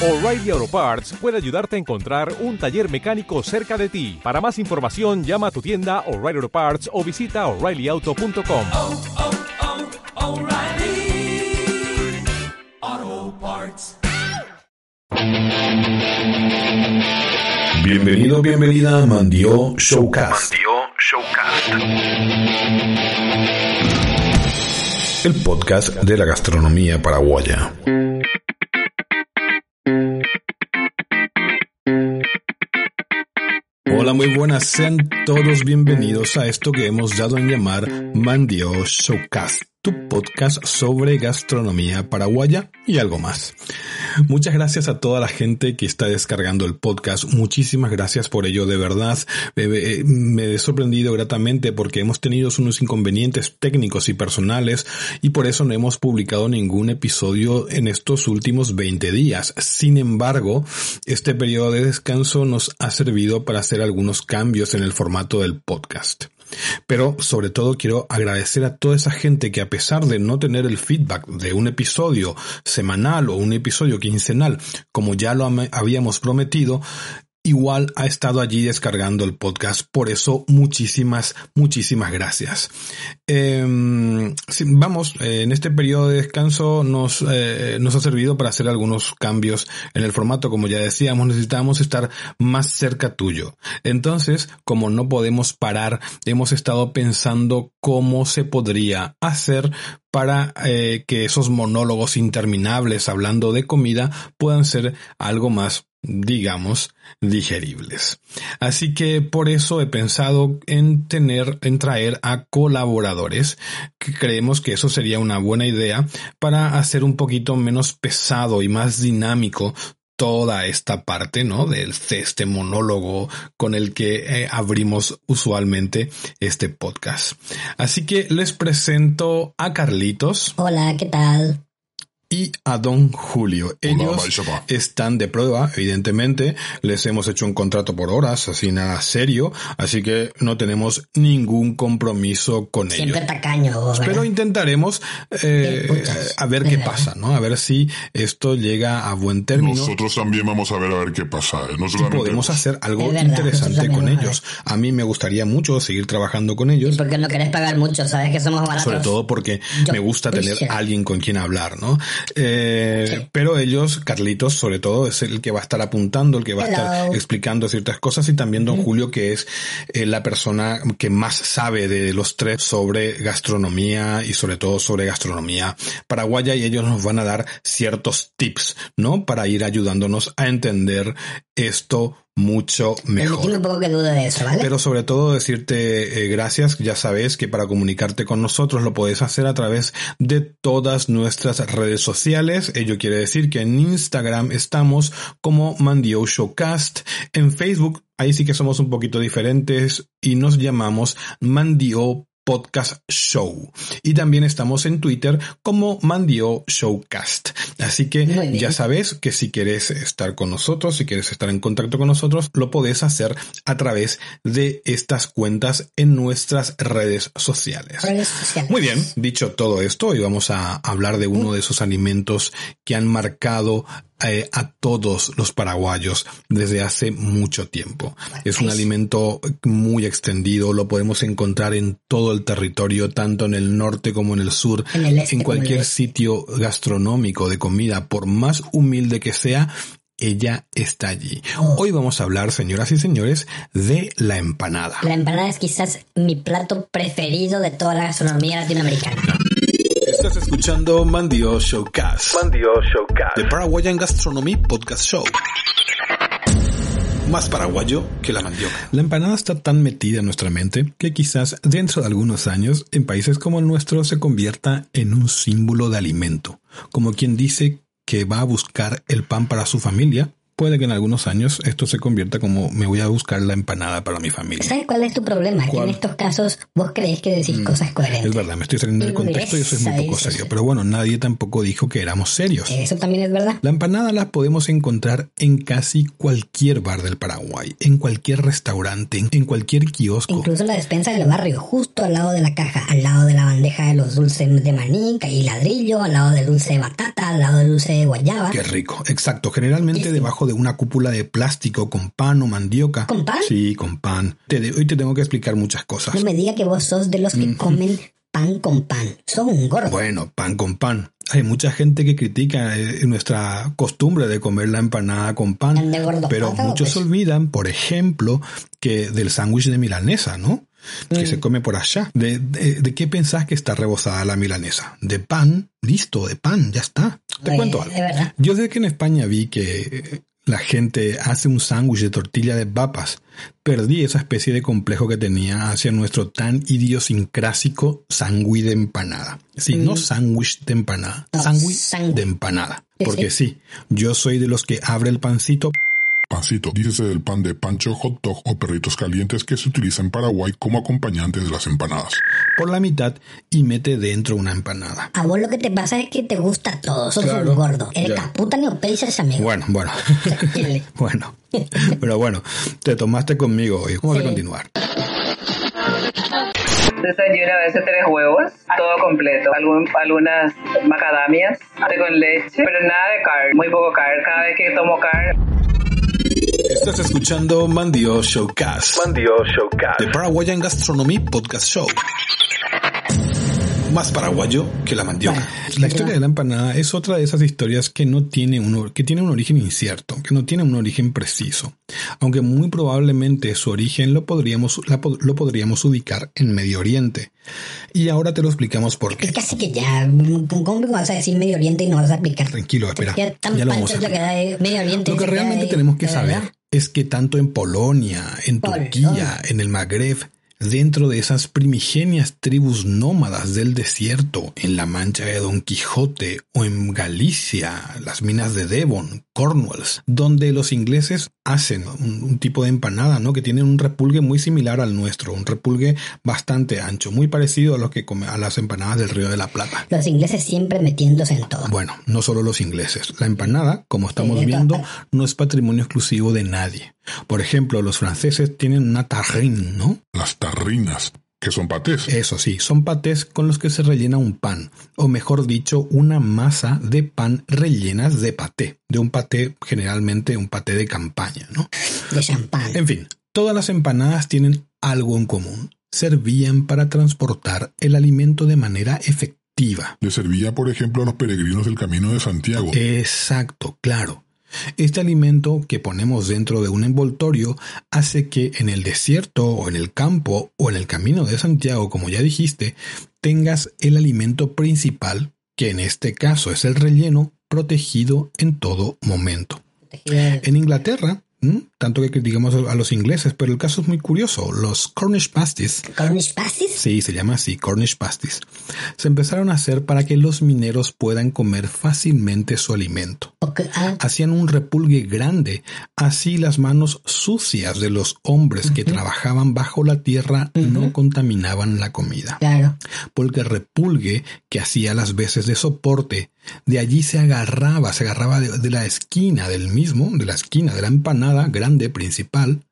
O'Reilly Auto Parts puede ayudarte a encontrar un taller mecánico cerca de ti. Para más información, llama a tu tienda O'Reilly Auto Parts o visita O'ReillyAuto.com. O'Reilly Auto Parts. Bienvenido, bienvenida a Mandio Showcast. El podcast de la gastronomía paraguaya. Hola, muy buenas, sean todos bienvenidos a esto que hemos dado en llamar Mandio Showcast, tu podcast sobre gastronomía paraguaya y algo más. Muchas gracias a toda la gente que está descargando el podcast, muchísimas gracias por ello, de verdad. Me he sorprendido gratamente porque hemos tenido unos inconvenientes técnicos y personales y por eso no hemos publicado ningún episodio en estos últimos 20 días. Sin embargo, este periodo de descanso nos ha servido para hacer algunos cambios en el formato del podcast. Pero sobre todo quiero agradecer a toda esa gente que, a pesar de no tener el feedback de un episodio semanal o un episodio quincenal como ya lo habíamos prometido, igual ha estado allí descargando el podcast. Por eso muchísimas gracias. En este periodo de descanso nos ha servido para hacer algunos cambios en el formato. Como ya decíamos, necesitábamos estar más cerca tuyo. Entonces, como no podemos parar, hemos estado pensando cómo se podría hacer para que esos monólogos interminables hablando de comida puedan ser algo más, digamos, digeribles. Así que por eso he pensado en traer a colaboradores, que creemos que eso sería una buena idea para hacer un poquito menos pesado y más dinámico toda esta parte, ¿no? De este monólogo con el que abrimos usualmente este podcast. Así que les presento a Carlitos. Hola, ¿qué tal? Y a don Julio. Ellos están de prueba, evidentemente. Les hemos hecho un contrato por horas, así nada serio. Así que no tenemos ningún compromiso con ellos. Siempre tacaño, ¿verdad? Pero intentaremos a ver qué pasa, ¿no? A ver si esto llega a buen término. Nosotros también vamos a ver qué pasa. No solamente podemos hacer algo interesante con ellos. A mí me gustaría mucho seguir trabajando con ellos. ¿Y por qué no querés pagar mucho? ¿Sabes que somos baratos? Sobre todo porque me gusta tener a alguien con quien hablar, ¿no? Pero ellos, Carlitos sobre todo, es el que va a estar apuntando, el que va a estar explicando ciertas cosas, y también don Julio, que es la persona que más sabe de los tres sobre gastronomía y sobre todo sobre gastronomía paraguaya, y ellos nos van a dar ciertos tips, ¿no? Para ir ayudándonos a entender esto mucho mejor. Tengo un poco que duda de eso, ¿vale? Pero sobre todo decirte gracias. Ya sabes que para comunicarte con nosotros lo puedes hacer a través de todas nuestras redes sociales. Ello quiere decir que en Instagram estamos como Mandio Showcast. En Facebook, ahí sí que somos un poquito diferentes y nos llamamos Mandio Podcast Show. Y también estamos en Twitter como Mandio Showcast. Así que ya sabes que si quieres estar con nosotros, si quieres estar en contacto con nosotros, lo podés hacer a través de estas cuentas en nuestras redes sociales. Muy bien, dicho todo esto, hoy vamos a hablar de uno de esos alimentos que han marcado a todos los paraguayos desde hace mucho tiempo. Es un alimento muy extendido, lo podemos encontrar en todo el territorio, tanto en el norte como en el sur, en cualquier sitio gastronómico de comida, por más humilde que sea, ella está allí. Hoy vamos a hablar, señoras y señores, de la empanada. La empanada es quizás mi plato preferido de toda la gastronomía latinoamericana. Estás escuchando Mandio Showcast. The Paraguayan Gastronomy Podcast Show. Más paraguayo que la mandioca. La empanada está tan metida en nuestra mente que quizás dentro de algunos años en países como el nuestro se convierta en un símbolo de alimento. Como quien dice que va a buscar el pan para su familia, puede que en algunos años esto se convierta como me voy a buscar la empanada para mi familia. ¿Sabes cuál es tu problema? ¿Cuál? Que en estos casos vos creés que decís cosas coherentes. Es verdad, me estoy saliendo del contexto y eso es muy poco serio. Pero bueno, nadie tampoco dijo que éramos serios. Eso también es verdad. La empanada la podemos encontrar en casi cualquier bar del Paraguay, en cualquier restaurante, en cualquier kiosco. Incluso en la despensa del barrio, justo al lado de la caja, al lado de la bandeja de los dulces de maní y ladrillo, al lado del dulce de batata, al lado del dulce de guayaba. Qué rico, exacto. Generalmente debajo de una cúpula de plástico con pan o mandioca. ¿Con pan? Sí, con pan. Hoy te tengo que explicar muchas cosas. No me diga que vos sos de los que comen pan con pan. Sos un gordo. Bueno, pan con pan. Hay mucha gente que critica nuestra costumbre de comer la empanada con pan, ¿De gordo pero pata, muchos pues? Olvidan, por ejemplo, que del sándwich de milanesa, ¿no? Que se come por allá. ¿De qué pensás que está rebozada la milanesa? De pan, listo, de pan, ya está. Te cuento algo. De verdad. Yo desde que en España vi que la gente hace un sándwich de tortilla de papas, perdí esa especie de complejo que tenía hacia nuestro tan idiosincrásico sándwich de empanada. Sí, no sándwich de empanada, No, sándwich de empanada. Sí, Porque sí, yo soy de los que abre el pancito. Pancito, dícese del pan de pancho, hot dog o perritos calientes que se utiliza en Paraguay como acompañante de las empanadas. Por la mitad y mete dentro una empanada. A vos lo que te pasa es que te gusta todo. Sos Claro, un gordo. Eres ya. caputa ni opeises, amigo. Bueno. Tranquile. Bueno. Pero bueno, te tomaste conmigo hoy. Vamos a continuar. Desayuno a veces 3 huevos, todo completo, algunas macadamias, té con leche, pero nada de carne, muy poco carne. Cada vez que tomo carne, Estás escuchando Mandio Showcast. The Paraguayan Gastronomy Podcast Show. Más paraguayo que la mandioca. La historia de la empanada es otra de esas historias que tiene un origen incierto, que no tiene un origen preciso, aunque muy probablemente su origen lo podríamos ubicar en Medio Oriente. Y ahora te lo explicamos por qué. Es casi que ya. ¿Cómo me vas a decir Medio Oriente y no vas a explicar? Tranquilo, espera. Ya tan Ya lo vamos pancho a es lo que da de Medio Oriente. Lo que se queda realmente ahí, tenemos que de saber verdad. es que tanto en Polonia, en Turquía, en el Magreb, dentro de esas primigenias tribus nómadas del desierto, en la Mancha de Don Quijote o en Galicia, las minas de Devon, Cornwalls, donde los ingleses hacen un tipo de empanada, ¿no? Que tienen un repulgue muy similar al nuestro, un repulgue bastante ancho, muy parecido a las empanadas del Río de la Plata. Los ingleses siempre metiéndose en todo. Bueno, no solo los ingleses. La empanada, como estamos de viendo, todas no es patrimonio exclusivo de nadie. Por ejemplo, los franceses tienen una tarrine, ¿no? Las tarrinas, que son patés. Eso sí, son patés con los que se rellena un pan, o mejor dicho, una masa de pan rellenas de paté. De un paté, generalmente un paté de campaña, ¿no? De champán. En fin, todas las empanadas tienen algo en común. Servían para transportar el alimento de manera efectiva. Le servía, por ejemplo, a los peregrinos del Camino de Santiago. Exacto, claro. Este alimento que ponemos dentro de un envoltorio hace que en el desierto o en el campo o en el Camino de Santiago, como ya dijiste, tengas el alimento principal, que en este caso es el relleno, protegido en todo momento. En Inglaterra, tanto que criticamos a los ingleses, pero el caso es muy curioso. Los Cornish pasties, ¿Cornish pasties? sí, se llama así, Cornish pasties, se empezaron a hacer para que los mineros puedan comer fácilmente su alimento. Hacían un repulgue grande, así las manos sucias de los hombres que trabajaban bajo la tierra no contaminaban la comida. Claro. Porque el repulgue que hacía las veces de soporte, de allí se agarraba de la esquina del mismo, de la esquina de la empanada grande principal,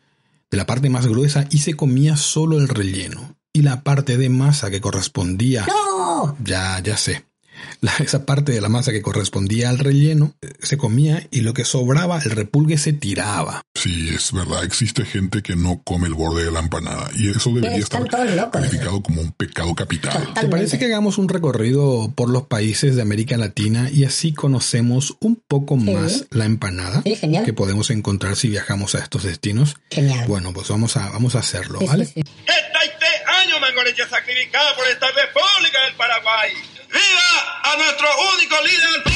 de la parte más gruesa, y se comía solo el relleno. Y la parte de masa que correspondía... ¡No! Ya sé. Esa parte de la masa que correspondía al relleno se comía y lo que sobraba, el repulgue, se tiraba. Sí, es verdad, existe gente que no come el borde de la empanada y eso debería Están estar todos locos. calificado como un pecado capital. ¿Te parece que hagamos un recorrido por los países de América Latina y así conocemos un poco más la empanada Sí, genial. que podemos encontrar si viajamos a estos destinos? Genial. Bueno, pues vamos a hacerlo, Sí, ¿vale? sí, sí. 33 años me han hecho sacrificado por esta República del Paraguay. ¡Viva a nuestro único líder!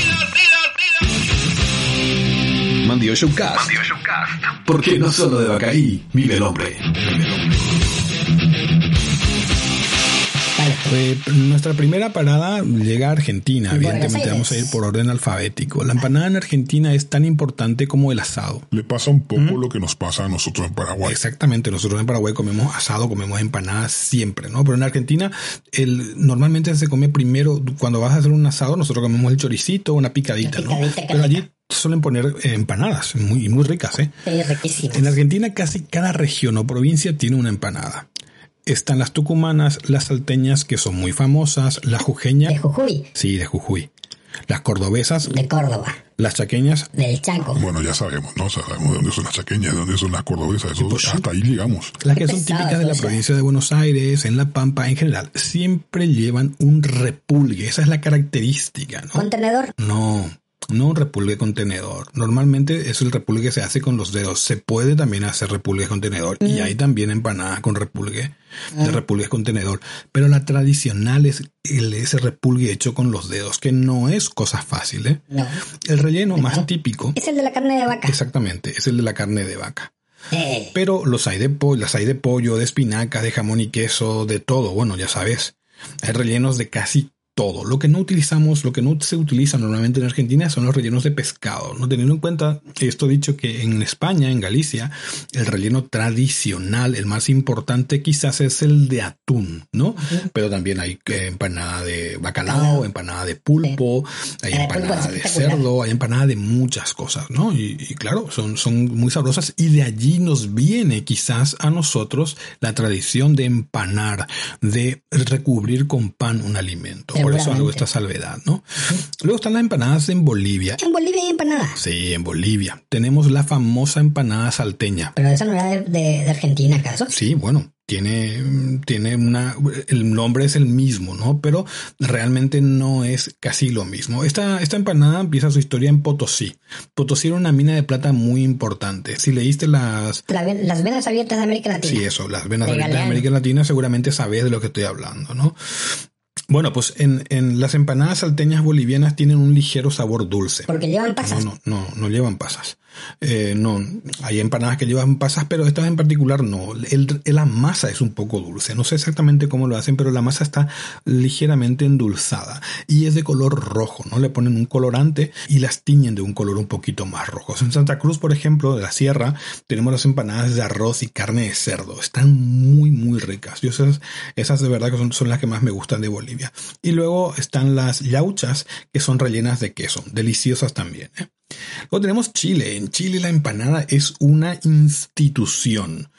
Mandio Showcast. Porque no solo de Bacaí vive el hombre. Vale, Nuestra primera parada llega a Argentina. Buenos Evidentemente vamos a ir Aires. por orden alfabético. La empanada en Argentina es tan importante como el asado. Le pasa un poco lo que nos pasa a nosotros en Paraguay. Exactamente, nosotros en Paraguay comemos asado, comemos empanadas siempre, ¿no? Pero en Argentina normalmente se come primero, cuando vas a hacer un asado, nosotros comemos el choricito, una picadita, ¿no? Pero allí suelen poner empanadas, muy ricas, ¿eh? Sí, riquísimas. En Argentina casi cada región o provincia tiene una empanada. Están las tucumanas, las salteñas, que son muy famosas, la jujeña. De Jujuy, Sí, de Jujuy. Las cordobesas, de Córdoba, las chaqueñas. del Chaco. Bueno, ya sabemos, ¿no? Sabemos de dónde son las chaqueñas, de dónde son las cordobesas. Eso, pues sí. hasta ahí llegamos. Las Qué que son pesado, típicas de la o sea. provincia de Buenos Aires, en La Pampa, en general, siempre llevan un repulgue. Esa es la característica, ¿no? Contenedor. No un repulgue con tenedor. Normalmente es el repulgue que se hace con los dedos. Se puede también hacer repulgue con tenedor. Y hay también empanadas con repulgue, de repulgue con tenedor. Pero la tradicional es ese repulgue hecho con los dedos, que no es cosa fácil, ¿eh? No. El relleno más típico, Es el de la carne de vaca. exactamente, es el de la carne de vaca. Eh, Pero las hay de pollo, de espinacas, de jamón y queso, de todo. Bueno, ya sabes, hay rellenos de casi todo. Lo que no se utiliza normalmente en Argentina son los rellenos de pescado, ¿no? Teniendo en cuenta esto dicho, que en España, en Galicia, el relleno tradicional, el más importante quizás es el de atún, ¿no? Pero también hay empanada de bacalao, empanada de pulpo, hay La de pulpo empanada es de espectacular. cerdo, hay empanada de muchas cosas, ¿no? Y claro, son muy sabrosas, y de allí nos viene quizás a nosotros la tradición de empanar, de recubrir con pan un alimento. Por eso hago esta salvedad, ¿no? Luego están las empanadas en Bolivia. en Bolivia hay empanada. Sí, en Bolivia. Tenemos la famosa empanada salteña. Pero esa no era de Argentina, ¿acaso? Sí, bueno, tiene el nombre es el mismo, ¿no? Pero realmente no es casi lo mismo. Esta empanada empieza su historia en Potosí. Potosí era una mina de plata muy importante. Si leíste las venas abiertas de América Latina. Sí, eso, las venas De abiertas de Galeano. América Latina, seguramente sabes de lo que estoy hablando, ¿no? Bueno, pues en las empanadas salteñas bolivianas tienen un ligero sabor dulce. Porque llevan pasas. No llevan pasas. No, hay empanadas que llevan pasas, pero estas en particular no. La masa es un poco dulce. No sé exactamente cómo lo hacen, pero la masa está ligeramente endulzada y es de color rojo, ¿no? Le ponen un colorante y las tiñen de un color un poquito más rojo. En Santa Cruz, por ejemplo, de la sierra, tenemos las empanadas de arroz y carne de cerdo. Están muy ricas. Yo esas de verdad que son las que más me gustan de Bolivia. Y luego están las yauchas, que son rellenas de queso, deliciosas también, ¿eh? Luego tenemos Chile. En Chile la empanada es una institución.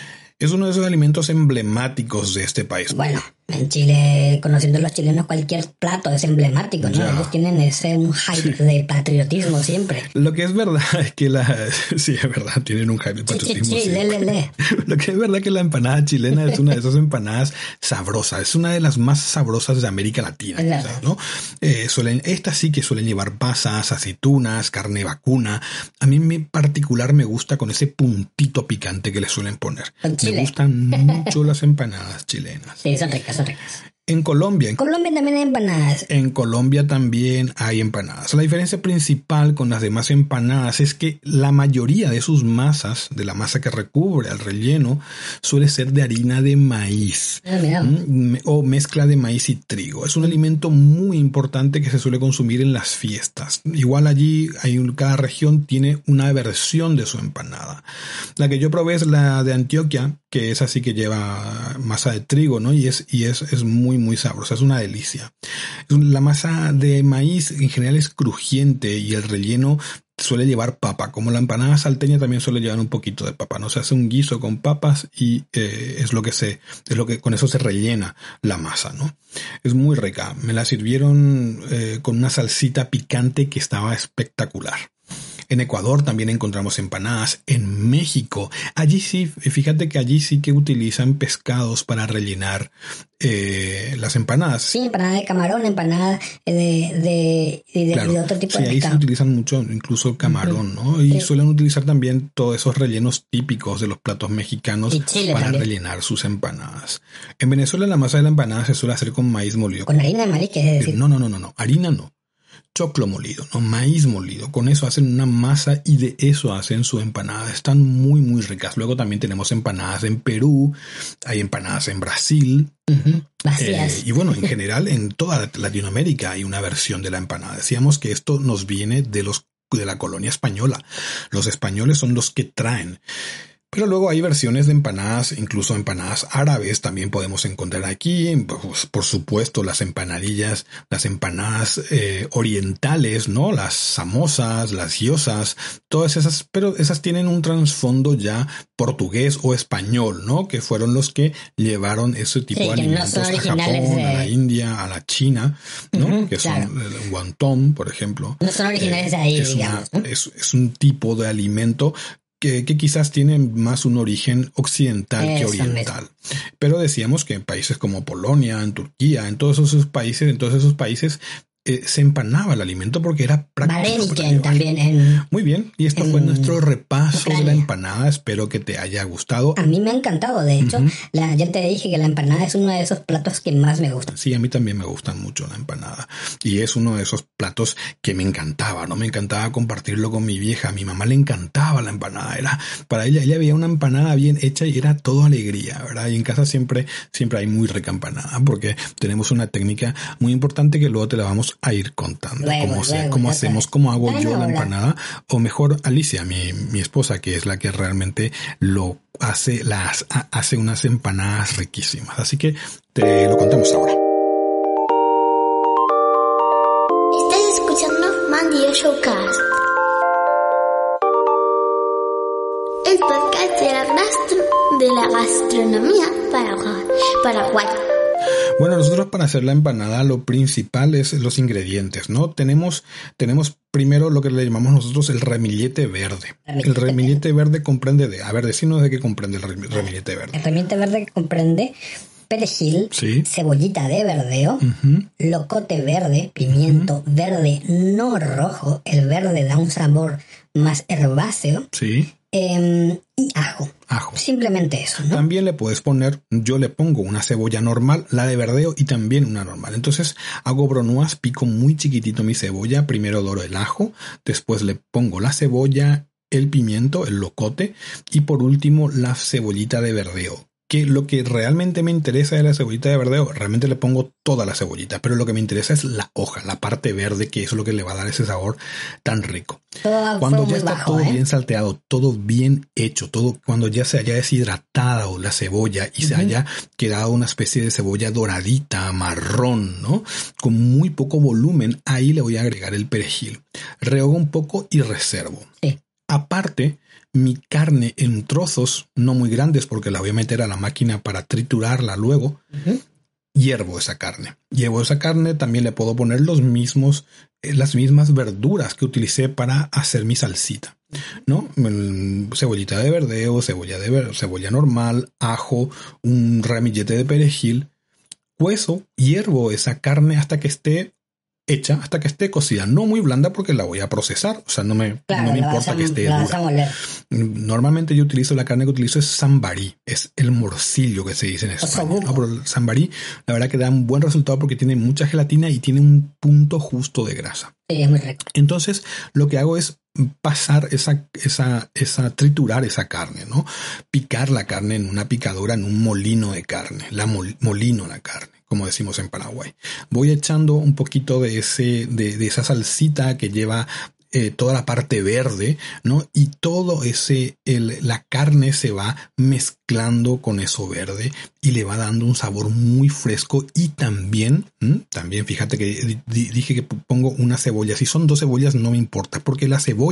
Es uno de esos alimentos emblemáticos de este país. Bueno, en Chile, conociendo a los chilenos, cualquier plato es emblemático, ¿no? Ya. Ellos tienen un hype de patriotismo siempre. Lo que es verdad es que sí, es verdad, tienen un hype de patriotismo. Sí, Sí. le. Lo que es verdad es que la empanada chilena es una de esas empanadas sabrosas, es una de las más sabrosas de América Latina, Claro. quizás, ¿no? Estas sí que suelen llevar pasas, aceitunas, carne vacuna. A mí en particular me gusta con ese puntito picante que le suelen poner. Con Me chile. gustan mucho las empanadas chilenas. Sí, son ricas. En Colombia, En Colombia también hay empanadas. En Colombia también hay empanadas. La diferencia principal con las demás empanadas es que la mayoría de sus masas, de la masa que recubre al relleno, suele ser de harina de maíz Mira. o mezcla de maíz y trigo. Es un alimento muy importante que se suele consumir en las fiestas. Igual allí cada región tiene una versión de su empanada. La que yo probé es la de Antioquia, que es así, que lleva masa de trigo, ¿no? Y es muy sabrosa, es una delicia. La masa de maíz en general es crujiente y el relleno suele llevar papa, como la empanada salteña también suele llevar un poquito de papa, ¿no? Se hace un guiso con papas y con eso se rellena la masa, ¿no? Es muy rica. Me la sirvieron con una salsita picante que estaba espectacular. En Ecuador también encontramos empanadas. En México, fíjate que allí sí que utilizan pescados para rellenar las empanadas. Sí, empanada de camarón, empanada de otro tipo sí, de ahí pescado. se utilizan mucho, incluso el camarón, ¿no? Y Sí. suelen utilizar también todos esos rellenos típicos de los platos mexicanos Y chile para también. rellenar sus empanadas. En Venezuela la masa de la empanada se suele hacer con maíz molido. Con harina de maíz, que es decir. No. Harina no. choclo molido, ¿no? Maíz molido. Con eso hacen una masa y de eso hacen su empanada. Están muy, muy ricas. Luego también tenemos empanadas en Perú, hay empanadas en Brasil. Vacías. Y bueno, en general en toda Latinoamérica hay una versión de la empanada. Decíamos que esto nos viene de la colonia española. Los españoles son los que traen. Pero luego hay versiones de empanadas, incluso empanadas árabes también podemos encontrar aquí. Pues, por supuesto, las empanadillas, las empanadas orientales, ¿no? Las samosas, las gyozas, todas esas, pero esas tienen un trasfondo ya portugués o español, ¿no? Que fueron los que llevaron ese tipo de alimentos a Japón, a la India, a la China, ¿no? Que son el wonton, por ejemplo. No son originales de ahí, digamos, ¿no? Es un tipo de alimento que quizás tiene más un origen occidental que oriental. Pero decíamos que en países como Polonia, en Turquía, en todos esos países se empanaba el alimento porque era práctico. También muy bien, y esto fue nuestro repaso de la empanada. Espero que te haya gustado. A mí me ha encantado, de hecho, ya te dije que la empanada es uno de esos platos que más me gustan. Sí, a mí también me gustan mucho la empanada. Y es uno de esos platos que me encantaba, ¿no? Me encantaba compartirlo con mi vieja. A mi mamá le encantaba la empanada. Para ella veía una empanada bien hecha y era todo alegría, ¿verdad? Y en casa siempre hay muy rica empanada porque tenemos una técnica muy importante que luego te la vamos a ir contando. Cómo hago yo la empanada. O mejor, Alicia, mi esposa, que es la que realmente lo hace, hace unas empanadas riquísimas. Así que te lo contamos ahora. Estás escuchando Mandio Showcast, el podcast de la gastronomía paraguaya. Bueno, nosotros para hacer la empanada lo principal es los ingredientes, ¿no? Tenemos primero lo que le llamamos nosotros el remillete verde. El remillete verde comprende decinos de qué comprende el remillete verde. El remillete verde comprende perejil, cebollita de verdeo, locote verde, pimiento verde no rojo. El verde da un sabor más herbáceo. Sí. Y ajo. Simplemente eso, ¿no? También le puedes poner, yo le pongo una cebolla normal, la de verdeo y también una normal. Entonces hago bronuas, pico muy chiquitito mi cebolla, primero doro el ajo, después le pongo la cebolla, el pimiento, el locote y por último la cebollita de verdeo. Que lo que realmente me interesa de la cebollita de verdeo, realmente le pongo toda la cebollita, pero lo que me interesa es la hoja, la parte verde, que eso es lo que le va a dar ese sabor tan rico. Cuando ya está todo bien salteado, todo bien hecho, cuando ya se haya deshidratado la cebolla y se haya quedado una especie de cebolla doradita, marrón, ¿no? Con muy poco volumen, ahí le voy a agregar el perejil. Rehogo un poco y reservo. Sí. Aparte, mi carne en trozos, no muy grandes porque la voy a meter a la máquina para triturarla luego, hiervo esa carne. También le puedo poner las mismas verduras que utilicé para hacer mi salsita, ¿no? Cebollita de verdeo, cebolla normal, ajo, un ramillete de perejil. Cuezo, hiervo esa carne hasta que esté hecha, hasta que esté cocida, no muy blanda porque la voy a procesar, o sea, no me importa que esté dura. Normalmente yo utilizo la carne que utilizo es sambarí, es el morcillo que se dice en España, ¿no? Pero el sambarí, la verdad que da un buen resultado porque tiene mucha gelatina y tiene un punto justo de grasa. Sí, es muy rico. Entonces, lo que hago es pasar triturar esa carne, ¿no? Picar la carne en una picadora, en un molino de carne, molino la carne, como decimos en Paraguay. Voy echando un poquito de esa salsita que lleva toda la parte verde, ¿no? Y todo la carne se va mezclando con eso verde y le va dando un sabor muy fresco. Y también fíjate que dije que pongo una cebolla. Si son 2 cebollas no me importa, porque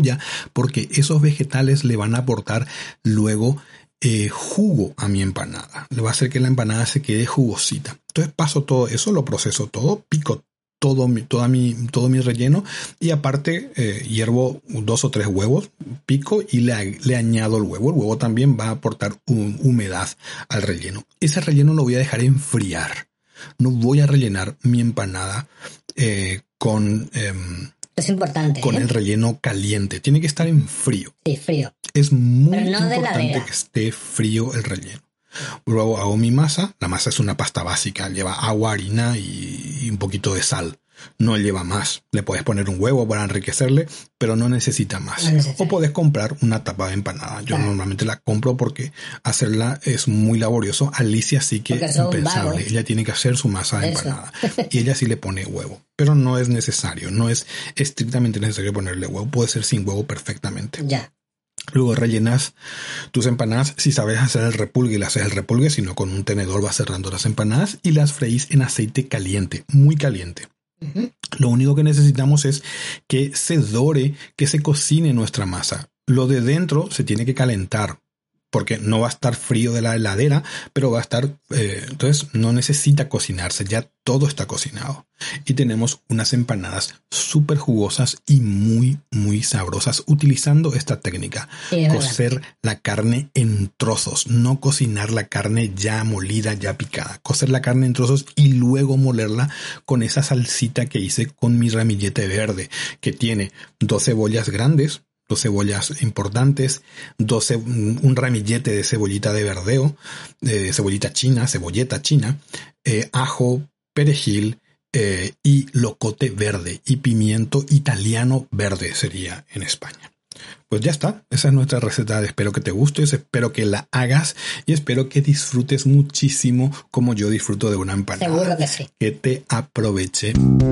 esos vegetales le van a aportar luego jugo a mi empanada. Le va a hacer que la empanada se quede jugosita. Entonces paso todo eso, lo proceso todo, pico todo mi relleno y aparte hiervo 2 o 3 huevos, pico y le añado el huevo. El huevo también va a aportar humedad al relleno. Ese relleno lo voy a dejar enfriar. No voy a rellenar mi empanada con es importante. Con el relleno caliente. Tiene que estar en frío. Sí, frío. Es muy importante que esté frío el relleno. Luego hago mi masa. La masa es una pasta básica. Lleva agua, harina y un poquito de sal. No lleva más. Le puedes poner un huevo para enriquecerle, pero no necesita más. O puedes comprar una tapa de empanada. Yo normalmente la compro porque hacerla es muy laborioso. Alicia sí que es impensable. Ella tiene que hacer su masa de empanada. Y ella sí le pone huevo. Pero no es necesario. No es estrictamente necesario ponerle huevo. Puede ser sin huevo perfectamente. Ya. Luego rellenas tus empanadas. Si sabes hacer el repulgue, le haces el repulgue. Si no, con un tenedor vas cerrando las empanadas y las freís en aceite caliente, muy caliente. Lo único que necesitamos es que se dore, que se cocine nuestra masa. Lo de dentro se tiene que calentar, porque no va a estar frío de la heladera, pero va a estar... entonces no necesita cocinarse, ya todo está cocinado. Y tenemos unas empanadas súper jugosas y muy, muy sabrosas utilizando esta técnica. Sí, cocer la carne en trozos, no cocinar la carne ya molida, ya picada. Cocer la carne en trozos y luego molerla con esa salsita que hice con mi ramillete verde, que tiene 2 cebollas grandes, 2 cebollas importantes, un ramillete de cebollita de verdeo, cebolleta china, ajo, perejil y locote verde y pimiento italiano verde sería en España. Pues ya está, esa es nuestra receta. Espero que te guste, espero que la hagas y espero que disfrutes muchísimo como yo disfruto de una empanada. Seguro que sí. Que te aproveche.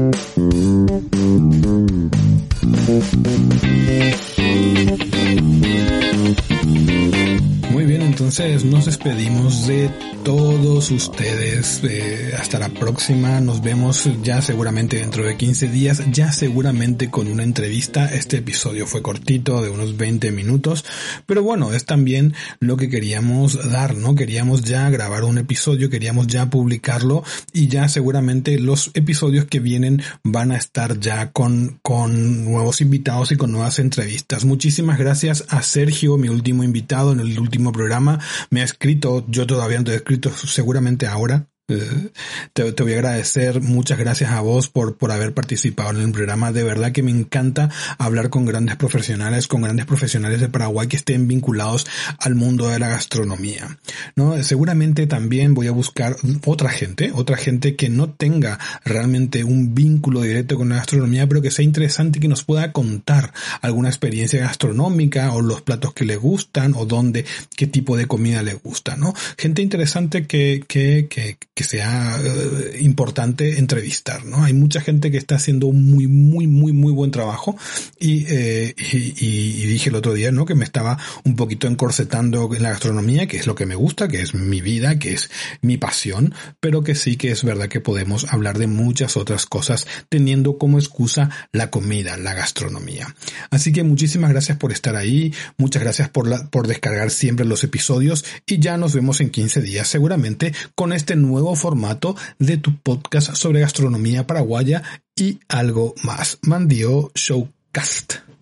Muy bien, entonces nos despedimos de todos ustedes. Hasta la próxima. Nos vemos ya seguramente dentro de 15 días, ya seguramente con una entrevista. Este episodio fue cortito, de unos 20 minutos, pero bueno, es también lo que queríamos dar, ¿no? Queríamos ya grabar un episodio, queríamos ya publicarlo y ya seguramente los episodios que vienen van a estar ya con nuevos invitados y con nuevas entrevistas. Muchísimas gracias a Sergio, mi último invitado en el último programa. Me ha escrito, yo todavía no te he escrito, seguramente ahora. Te voy a agradecer, muchas gracias a vos por haber participado en el programa. De verdad que me encanta hablar con grandes profesionales de Paraguay que estén vinculados al mundo de la gastronomía, ¿no? Seguramente también voy a buscar otra gente que no tenga realmente un vínculo directo con la gastronomía, pero que sea interesante y que nos pueda contar alguna experiencia gastronómica o los platos que le gustan o qué tipo de comida le gusta, ¿no? Gente interesante que sea importante entrevistar, ¿no? Hay mucha gente que está haciendo un muy, muy, muy, muy buen trabajo y dije el otro día, ¿no? Que me estaba un poquito encorsetando en la gastronomía, que es lo que me gusta, que es mi vida, que es mi pasión, pero que sí que es verdad que podemos hablar de muchas otras cosas teniendo como excusa la comida, la gastronomía. Así que muchísimas gracias por estar ahí, muchas gracias por descargar siempre los episodios y ya nos vemos en 15 días seguramente con este nuevo formato de tu podcast sobre gastronomía paraguaya y algo más. Mandio Showcast.